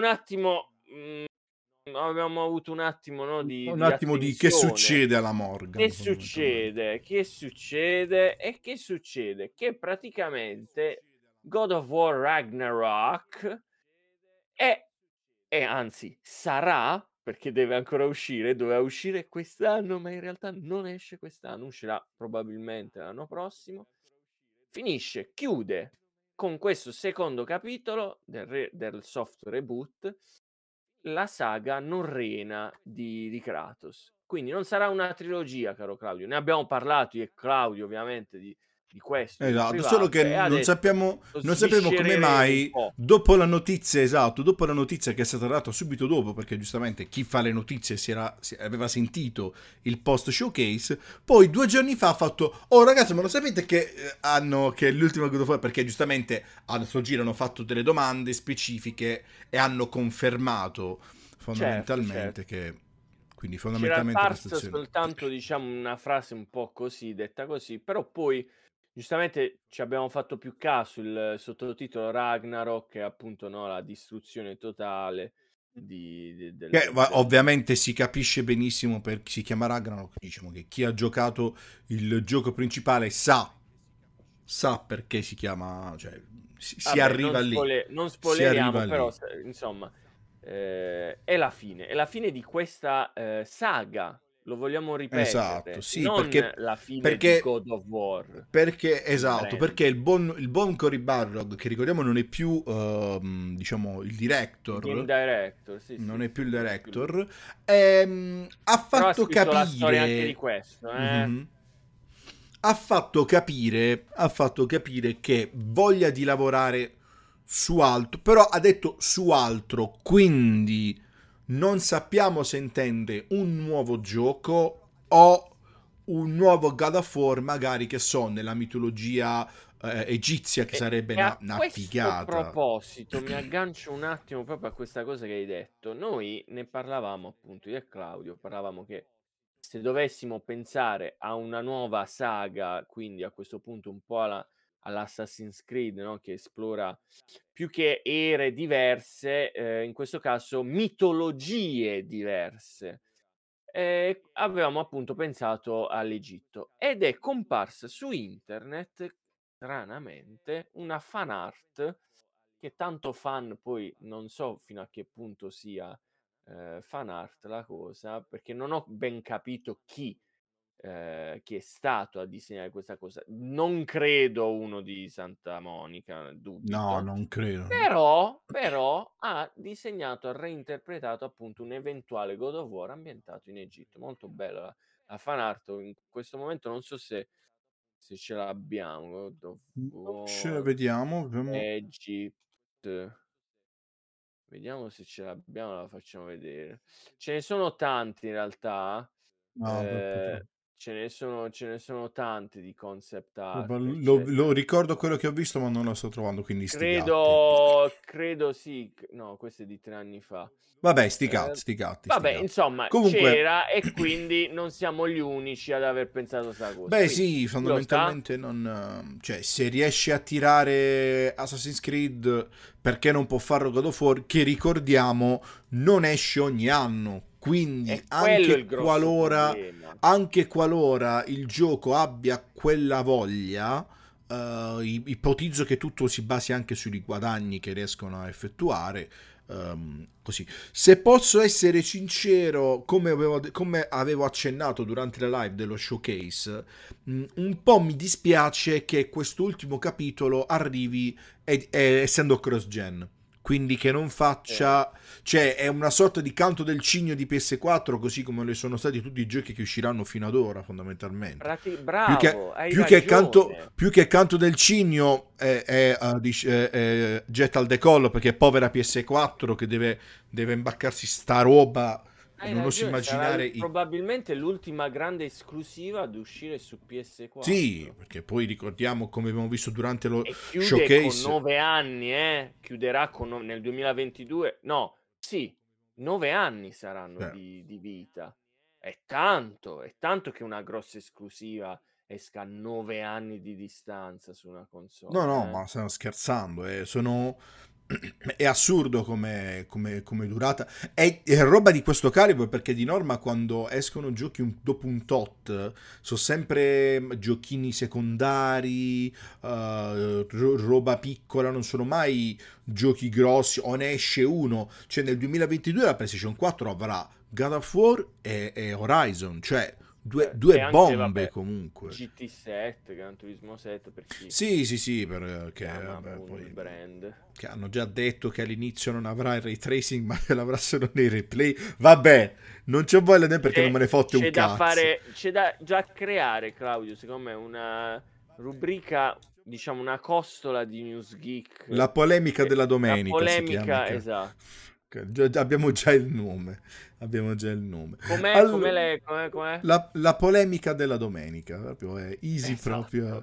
avevamo avuto un attimo, no, Un di attimo di che attenzione. succede alla Che Morgan fondamentalmente. succede? Che succede? E che succede? Che praticamente God of War Ragnarok è e anzi sarà, perché deve ancora uscire, doveva uscire quest'anno, ma in realtà non esce quest'anno, uscirà probabilmente l'anno prossimo. Chiude con questo secondo capitolo del soft reboot la saga norrena di Kratos. Quindi non sarà una trilogia, caro Claudio. Ne abbiamo parlato io e Claudio, ovviamente, di questo in Esatto, solo che privato e adesso lo non sappiamo come sviscereremo un mai, po'. dopo la notizia, esatto, dopo la notizia che è stata data subito dopo, perché giustamente chi fa le notizie aveva sentito il post showcase, poi 2 giorni fa ha fatto, oh ragazzi, ma lo sapete che è l'ultimo God of War, perché giustamente a suo giro hanno fatto delle domande specifiche e hanno confermato Certo, cer fondamentalmente che, quindi C'era fondamentalmente la apparsa situazione. soltanto, diciamo, una frase un po' così, detta così, però poi giustamente ci abbiamo fatto più caso, il sottotitolo Ragnarok è appunto, no, la distruzione totale di de Che del ovviamente si capisce benissimo per chi si chiama Ragnarok, diciamo che chi ha giocato il gioco principale sa perché si chiama, cioè si vabbè, arriva lì, non si spoileriamo, arriva però lì. s insomma, è la fine di questa, saga, lo vogliamo Esatto, ripetere, sì, non la fine di perché, God of War, il esatto, perché brand, il buon Cory Barlog, che ricordiamo non è più, diciamo, il il game director, director, sì, non sì, è più il non è più lui. director, ha Però ha fatto scritto la storia anche di capire... questo, Mhm. Ha fatto capire che voglia di lavorare su altro, però ha detto su altro, quindi non sappiamo se intende un nuovo gioco o un nuovo God of War, magari che so, nella mitologia egizia, che sarebbe E a una questo figata. proposito mi aggancio un attimo proprio a questa cosa che hai detto. Noi ne parlavamo appunto, io e Claudio, parlavamo che se dovessimo pensare a una nuova saga, quindi a questo punto un po' all'Assassin's Creed, no? Che esplora più che ere diverse, in questo caso mitologie diverse. Avevamo appunto pensato all'Egitto ed è comparsa su internet, stranamente, una fan art che tanto fan poi non so fino a che punto sia, fan art la cosa, perché non ho ben capito chi è stato a disegnare questa cosa. Non credo uno di Santa Monica, No, dubito. non credo. Però ha disegnato, ha reinterpretato appunto un eventuale God of War ambientato in Egitto. Molto bella la fan art. In questo momento non so se ce l'abbiamo. God of War Vediamo. Egypt. Vediamo se ce l'abbiamo, la facciamo vedere. Ce ne sono tanti in realtà. No, Ehm, ce ne sono tanti di concept art, lo eccetera. ricordo quello che ho visto, ma non lo sto trovando, quindi sti gatti. Credo sì, no, questo è di 3 anni fa. Vabbè, Ehm, sti vabbè, gatti. insomma Comunque, c'era e quindi non siamo gli unici ad aver pensato 'sta cosa. beh, Quindi sì, chi lo sa? fondamentalmente non... Cioè, se riesce a tirare Assassin's Creed, perché non può farlo God of War, che ricordiamo, non esce ogni anno. Quindi, È quello il grosso problema. anche qualora il gioco abbia quella voglia, ipotizzo che tutto si basi anche sui guadagni che riescono a effettuare. Così. Se posso essere sincero, come avevo accennato durante la live dello showcase, un po' mi dispiace che quest'ultimo capitolo arrivi essendo cross-gen. Quindi che non Sì. faccia, cioè è una sorta di canto del cigno di PS4, così come lo sono stati tutti i giochi che usciranno fino ad ora, fondamentalmente. Bravo, hai ragione. Più che canto del cigno getta al decollo, perché povera PS4 che deve imbaccarsi sta roba. Hai Non oso ragione, sarà immaginare probabilmente l'ultima grande esclusiva ad uscire su Sì, PS4. perché poi ricordiamo, come abbiamo visto durante lo E chiude con showcase, 9 anni, chiuderà nel 2022. No, sì, 9 anni saranno cioè, di vita. È tanto che una grossa esclusiva esca a 9 anni di distanza su una no, console, no, ma stiamo scherzando, sono... è assurdo come durata. È roba di questo calibro perché di norma quando escono giochi dopo un tot sono sempre giochini secondari, roba piccola, non sono mai giochi grossi o ne esce uno. Cioè nel 2022 la PlayStation 4 avrà God of War e Horizon, cioè due E anche, bombe vabbè, comunque. GT7, Gran Turismo 7 per chi Sì, sì, sì, perché ama vabbè, appunto il poi brand. che hanno già detto che all'inizio non avrà il ray tracing, ma che l'avrà solo nei replay. Vabbè, non c'è voglia né perché non me ne fotte un C'è da cazzo. fare, c'è da già creare, Claudio, secondo me, una rubrica, diciamo una costola di News La Geek. polemica della La domenica si chiama. polemica, esatto. Abbiamo già il nome. Abbiamo già il nome. Com'è? Com'è lei? Com'è? La polemica della domenica, proprio è easy proprio. Esatto.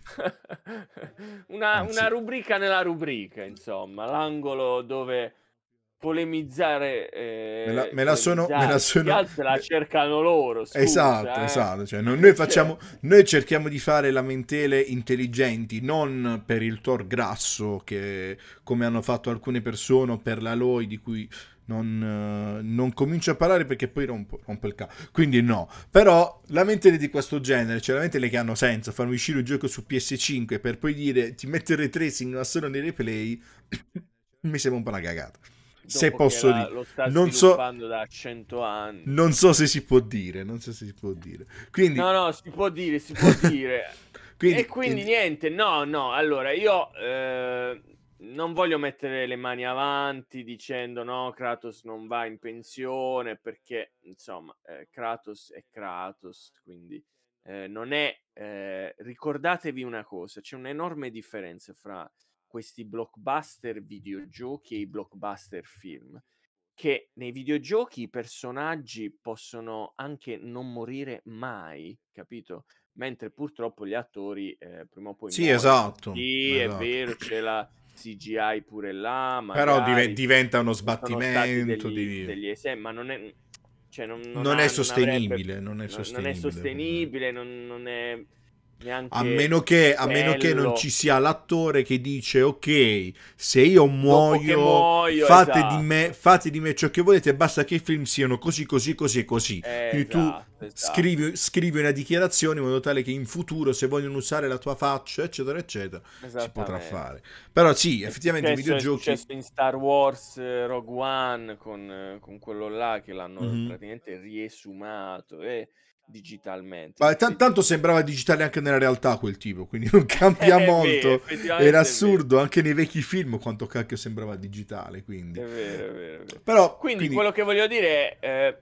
Una Anzi, rubrica nella rubrica, insomma, l'angolo dove polemizzare, me la polemizzare, più che sono, altro se la cercano loro, esatto, scusa, eh. esatto. Cioè, noi Cioè, facciamo, noi cerchiamo di fare lamentele intelligenti, non per il Tor grasso, che come hanno fatto alcune persone, o per l'Aloy, di cui non comincio a parlare perché poi rompo il cazzo. Quindi no. Però lamentele di questo genere, cioè lamentele che hanno senso, fanno uscire un gioco su PS5 per poi dire ti metto il ray tracing ma solo nei replay, mi sembra un po' una cagata. Se dopo che posso dire. lo sta Non so, sviluppando da 100 anni. non so se si può dire, non so se si può dire. No, Quindi, no, si può dire, si può dire. E quindi quindi niente, no, no, allora io non voglio mettere le mani avanti dicendo no, Kratos non va in pensione perché insomma Kratos è Kratos, quindi non è... ricordatevi una cosa, c'è un'enorme differenza fra questi blockbuster videogiochi e i blockbuster film che nei videogiochi i personaggi possono anche non morire mai, capito? Mentre purtroppo gli attori prima o poi sì, muoiono. esatto, Sì, è esatto. vero, c'è la CGI pure là, Però magari diventa uno ci sono stati sbattimento degli esempi, ma non è, cioè non è non avrebbe, sostenibile, non è non è sostenibile come. sostenibile, non è A neanche meno che non ci bello. sia l'attore che dice ok, se io Dopo che muoio muoio, esatto. fate di me ciò che volete, basta che i film siano così, così, così e così. Quindi tu Esatto, esatto. scrivi una dichiarazione in modo tale che in futuro se vogliono usare la tua faccia, eccetera, eccetera, si potrà Esattamente. fare. Però sì, effettivamente i È videogiochi. successo in Star Wars Rogue One con quello là che l'hanno Mhm. praticamente riesumato digitalmente. Ma tanto Difficile. sembrava digitale anche nella realtà quel tipo, quindi non cambia È vero, molto. Era effettivamente è vero. assurdo anche nei vecchi film quanto cacchio sembrava digitale, È quindi. vero, è vero, è vero. Però, Quindi quindi, quello che voglio dire è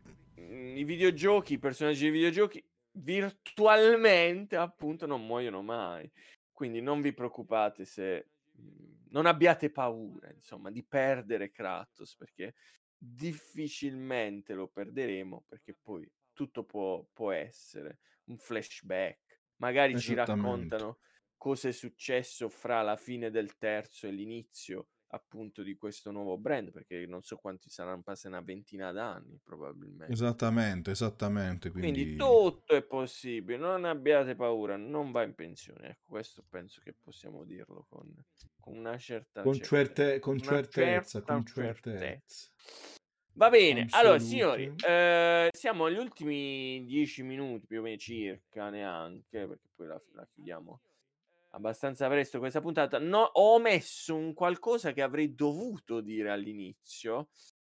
i videogiochi, i personaggi dei videogiochi virtualmente appunto non muoiono mai. Quindi non vi preoccupate se non abbiate paura, insomma, di perdere Kratos perché difficilmente lo perderemo perché poi tutto può essere un flashback. Magari ci esattamente. raccontano cosa è successo fra la fine del terzo e l'inizio appunto di questo nuovo brand, perché non so quanti saranno passati, una ventina d'anni probabilmente. Esattamente, esattamente, Quindi quindi tutto è possibile, non abbiate paura, non va in pensione. Ecco, questo penso che possiamo dirlo con una certa certezza. con Una certezza, certa con certezza. certezza. Va bene, allora signori, Absolute. siamo agli ultimi 10 minuti più o meno circa, neanche, perché poi la chiudiamo abbastanza presto questa puntata. No, ho omesso un qualcosa che avrei dovuto dire all'inizio,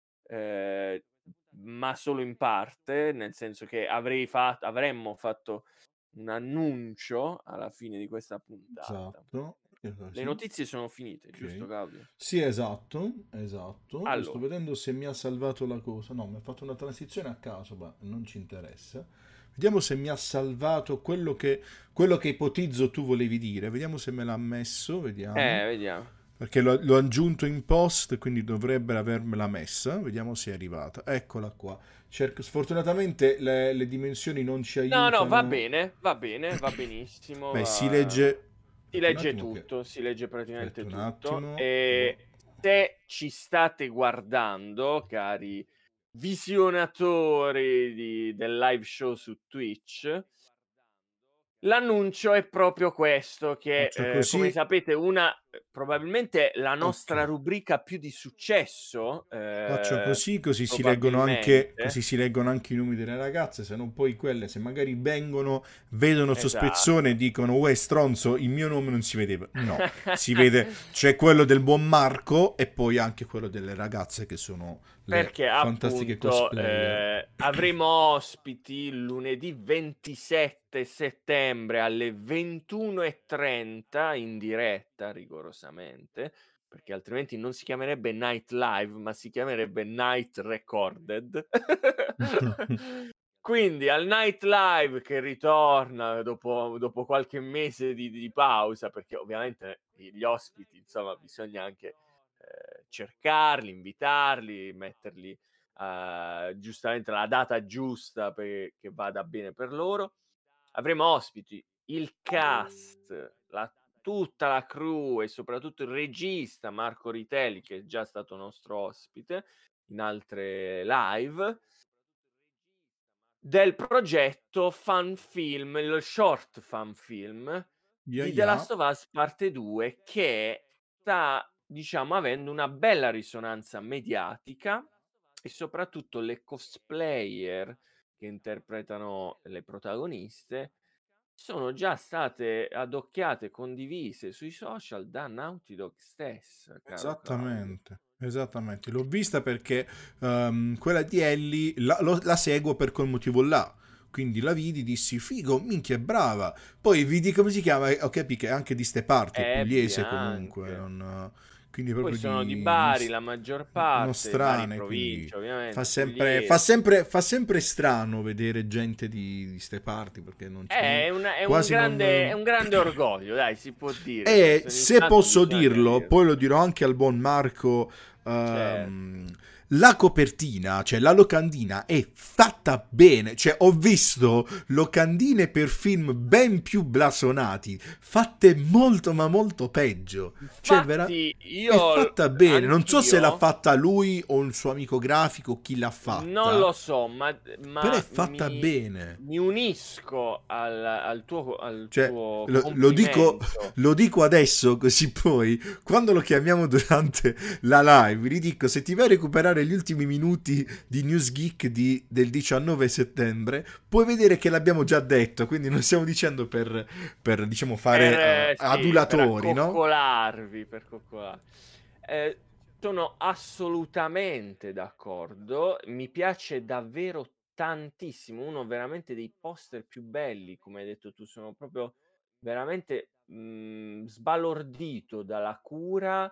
ehm, ma solo in parte, nel senso che avremmo fatto un annuncio alla fine di questa puntata. Esatto. Le Sì. notizie sono finite, giusto Ok. Claudio? Sì, esatto, esatto. Io sto Allora, vedendo se mi ha salvato la cosa. No, mi ha fatto una transizione a caso, ma non ci interessa. Vediamo se mi ha salvato quello che ipotizzo tu volevi dire. Vediamo se me l'ha messo, vediamo. vediamo. Perché l'ho aggiunto in post, quindi dovrebbe avermela messa. Vediamo se è arrivata. Eccola qua. Sfortunatamente le dimensioni non ci No, no, aiutano. va bene, va benissimo, Beh, si va... legge. Si Aspetta un legge attimo che. tutto, si legge praticamente Aspetta un tutto. attimo. E se ci state guardando, cari visionatori del live show su Twitch, l'annuncio è proprio questo, che Faccio come così. sapete una probabilmente la nostra Ok. rubrica più di successo, Faccio così, probabilmente. così si leggono anche i nomi delle ragazze, se non poi quelle, se magari vengono, vedono il sospezzone e Esatto. dicono, uè stronzo, il mio nome non si vedeva. No, si vede, c'è quello del buon Marco e poi anche quello delle ragazze che sono le Perché fantastiche appunto cosplayer. avremo ospiti lunedì 27 settembre alle 21:30 in diretta rigorosamente, perché altrimenti non si chiamerebbe Night Live, ma si chiamerebbe Night Recorded. Quindi al Night Live che ritorna dopo qualche mese di pausa, perché ovviamente gli ospiti, insomma, bisogna anche cercarli, invitarli, metterli giustamente la data giusta che vada bene per loro. Avremo ospiti il cast, tutta la crew e soprattutto il regista Marco Ritelli, che è già stato nostro ospite in altre live, del progetto fan film, il short fan film Ya di The ya, Last of Us parte 2, che sta, diciamo, avendo una bella risonanza mediatica e soprattutto le cosplayer che interpretano le protagoniste sono già state adocchiate, condivise sui social da Naughty Dog stessa, caro Claudio. esattamente, esattamente. L'ho vista perché quella di Ellie la seguo per quel motivo là. Quindi la vidi, dissi, figo, minchia, è brava. Poi vidi come si chiama e ho capito che è anche di ste parti, è Abby pugliese comunque, anche. quindi Poi proprio sono di di Bari la maggior parte, Bari nostrane, quindi provincia ovviamente, pugliese. fa sempre strano vedere gente di ste parti, perché non c'è quasi È non... un grande orgoglio, dai, si può dire E questo, ogni se tanto posso bisogna dirlo, dirlo. poi lo dirò anche al buon Marco, Certo. ehm, la copertina, cioè la locandina è fatta bene, cioè ho visto locandine per film ben più blasonati, fatte molto ma molto peggio, cioè Infatti è io fatta bene, non so se l'ha anch'io fatta lui o un suo amico grafico, chi l'ha non fatta, lo so, però è ma fatta bene. mi unisco al Cioè, tuo lo dico, complimento. lo dico adesso, così poi, quando lo chiamiamo durante la live, gli dico, se ti vai a recuperare gli ultimi minuti di News Geek del 19 settembre, puoi vedere che l'abbiamo già detto, quindi non stiamo dicendo per diciamo, fare Sì, per adulatori, no? accoccolarvi, per coccola ehm, sono assolutamente d'accordo. Mi piace davvero tantissimo, uno veramente dei poster più belli, come hai detto tu, sono proprio veramente, sbalordito dalla cura,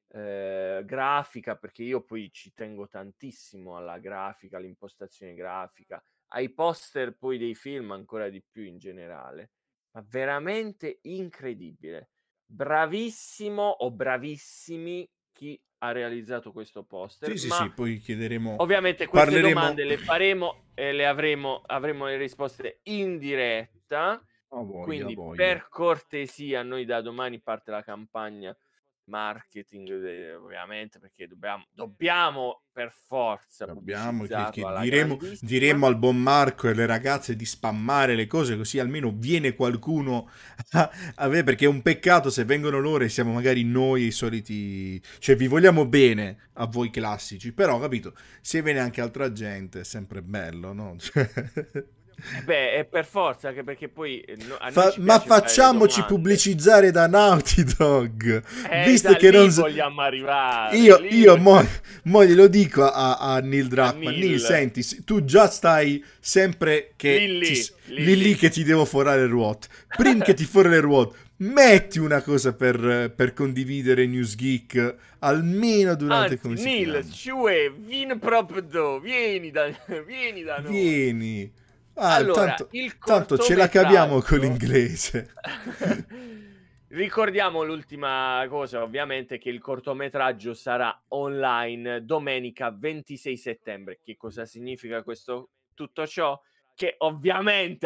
grafica, perché io poi ci tengo tantissimo alla grafica, all'impostazione grafica, ai poster poi dei film ancora di più in generale. Ma veramente incredibile. Bravissimo o bravissimi chi ha realizzato questo poster, Sì, sì, ma sì, poi chiederemo, ovviamente queste parleremo... domande le faremo e le avremo le risposte in diretta, A voglia, a quindi voglia. per cortesia noi da domani parte la campagna marketing, ovviamente, perché dobbiamo per forza Abbiamo pubblicizzarlo che alla diremo grandissima. al buon Marco e alle ragazze di spammare le cose così almeno viene qualcuno a vedere, perché è un peccato se vengono loro e siamo magari noi i soliti, cioè vi vogliamo bene a voi classici, però capito, se viene anche altra gente è sempre bello, no? Eh beh, è per forza, anche perché poi, a noi ci Ma piace fare le facciamoci domande. pubblicizzare da Naughty Dog, visto che non... Lì vogliamo arrivare, lì Io vogliamo mo glielo dico a Neil a Druckmann, Neil, Neil. senti, tu già stai sempre che Lì lì lì. che ti devo forare il ruot. Prima che ti fore le ruote, metti una cosa per condividere News Geek, almeno durante, Anzi, come si Neil, chiama? Shue, vin proprio do, vieni da vieni da noi. Vieni. Ah, Allora, il tanto ce la caviamo con cortometraggio l'inglese. ricordiamo l'ultima cosa, ovviamente, che il cortometraggio sarà online domenica 26 settembre. Che cosa significa questo tutto ciò? Che ovviamente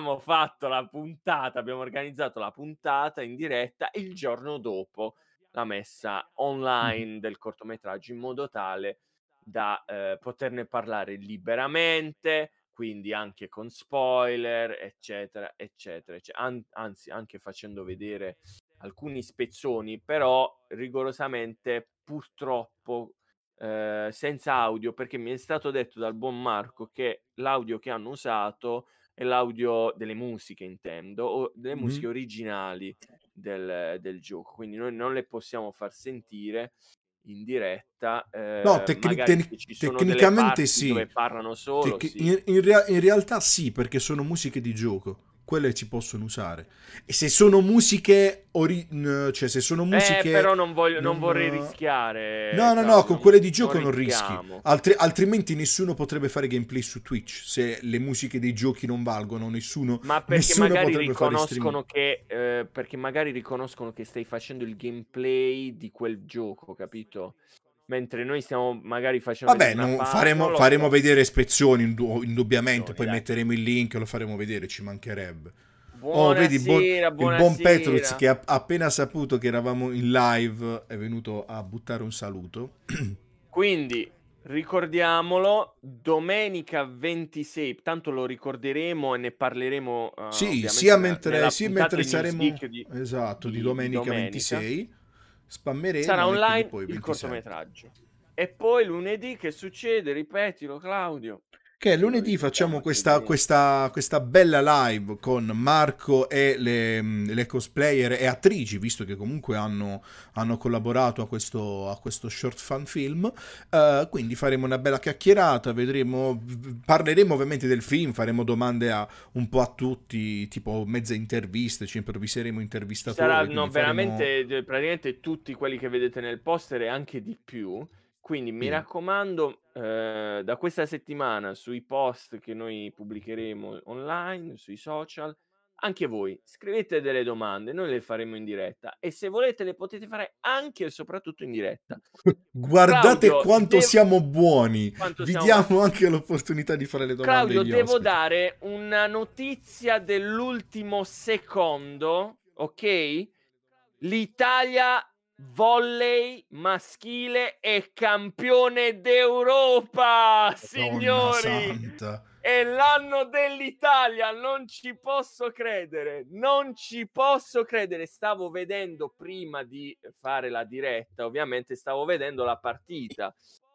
abbiamo organizzato la puntata in diretta il giorno dopo la messa online del cortometraggio, in modo tale da, poterne parlare liberamente, quindi anche con spoiler, eccetera, eccetera, anzi anche facendo vedere alcuni spezzoni, però rigorosamente, purtroppo, senza audio, perché mi è stato detto dal buon Marco che l'audio che hanno usato è l'audio delle musiche, intendo, o delle musiche Mhm. originali del gioco, quindi noi non le possiamo far sentire in diretta, No, magari se ci sono delle tecnicamente parti dove sì. parlano solo, sì. In realtà sì, perché sono musiche di gioco. Quelle si possono usare. E se sono musiche, cioè se sono musiche Però non non... vorrei rischiare, No, no, no, con Claudio, quelle di non gioco non rischi. rischiamo. Altrimenti nessuno potrebbe fare gameplay su Twitch. Se le musiche dei giochi non valgono, Ma nessuno potrebbe fare streaming. perché magari riconoscono che stai facendo il gameplay di quel gioco, capito? Mentre noi stiamo magari facendo vedere Vabbè, una parte, non lo faremo so. vedere spezzoni indubbiamente, Spezzoni, poi dai. metteremo il link e lo faremo vedere, ci mancherebbe. Oh, vedi, Buonasera, il buon Petruz buonasera. che ha appena saputo che eravamo in live è venuto a buttare un saluto. Quindi ricordiamolo, domenica 26, tanto lo ricorderemo e ne parleremo Sì, ovviamente nella sì, puntata mentre News saremo, Geek esatto, di di domenica domenica. 26, Sarà spammeremo e quindi online poi il 27. cortometraggio. E poi lunedì che succede? Ripetilo, Claudio. Che Che lo lunedì ripetiamo facciamo anche bene. questa bella live con Marco e le cosplayer e attrici, visto che comunque hanno collaborato a questo short fan film. Quindi faremo una bella chiacchierata, parleremo ovviamente del film, faremo domande un po' a tutti, tipo mezze interviste, ci improvviseremo Ci intervistatori, saranno quindi faremo... veramente praticamente tutti quelli che vedete nel poster e anche di più. Quindi mi Sì. raccomando, da questa settimana sui post che noi pubblicheremo online, sui social, anche voi scrivete delle domande, noi le faremo in diretta e se volete le potete fare anche e soprattutto in diretta. Guardate Claudio, quanto siamo buoni, quanto vi siamo diamo anche l'opportunità di fare le domande Claudio, agli devo ospiti. dare una notizia dell'ultimo secondo, ok? L'Italia volley maschile è campione d'Europa, Madonna signori! santa. È l'anno dell'Italia, non ci posso credere, non ci posso credere. Stavo vedendo prima di fare la diretta, ovviamente stavo vedendo la partita.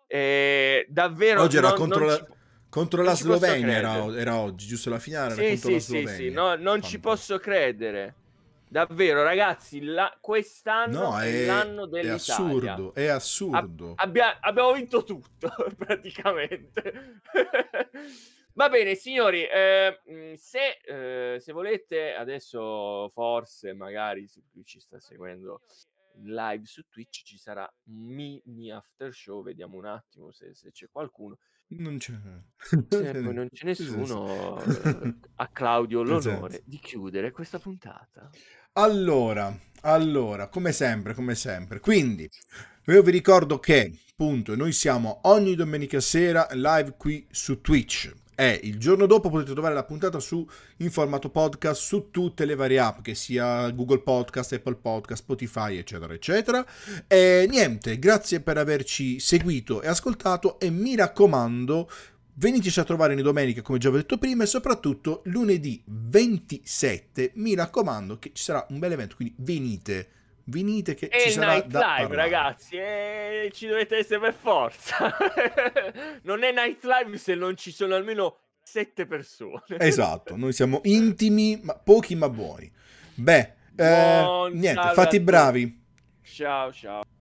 Davvero Oggi era contro contro non la ci posso Slovenia, credere. era oggi, giusto la finale era Sì, contro la sì, sì, sì, Slovenia. no, non ci posso Fantastico. credere. Davvero, ragazzi, quest'anno No, è l'anno è dell'Italia. assurdo, è assurdo. Abbiamo vinto tutto, praticamente. Va bene, signori, se volete, adesso forse, magari, se qui ci sta seguendo in live su Twitch, ci sarà un mini after show, vediamo un attimo se c'è qualcuno. Non c'è... Se poi non c'è nessuno, a Claudio Presenza. l'onore di chiudere questa puntata. Allora, come sempre. Quindi, io vi ricordo che, appunto, noi siamo ogni domenica sera live qui su Twitch e il giorno dopo potete trovare la puntata in formato podcast su tutte le varie app, che sia Google Podcast, Apple Podcast, Spotify, eccetera, eccetera. E niente, grazie per averci seguito e ascoltato e mi raccomando, veniteci a trovare ogni domenica, come già vi ho detto prima, e soprattutto lunedì 27, mi raccomando che ci sarà un bel evento, quindi venite che E ci il sarà da nightlive, parlare. ragazzi, ci dovete essere per forza. Non è nightlive se non ci sono almeno 7 persone. Esatto, noi siamo intimi, ma pochi ma buoni. Beh, Buon niente, salve a fate i tutti. bravi. Ciao, ciao.